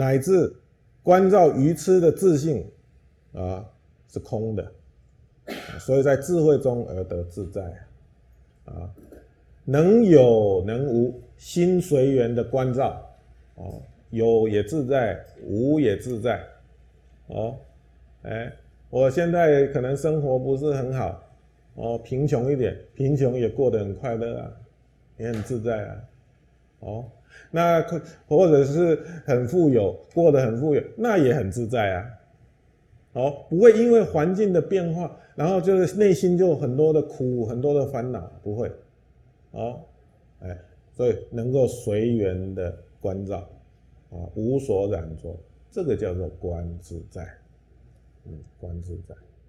乃至关照愚痴的自性啊，是空的，所以在智慧中而得自在啊，能有能无，心随缘的关照哦，有也自在，无也自在哦，我现在可能生活不是很好哦，贫穷一点，贫穷也过得很快乐啊，也很自在啊，哦，那或者是很富有，过得很富有，那也很自在啊。哦，不会因为环境的变化，然后就是内心就有很多的苦，很多的烦恼，不会。哦，所以能够随缘的关照，啊，无所染着，这个叫做观自在，观自在。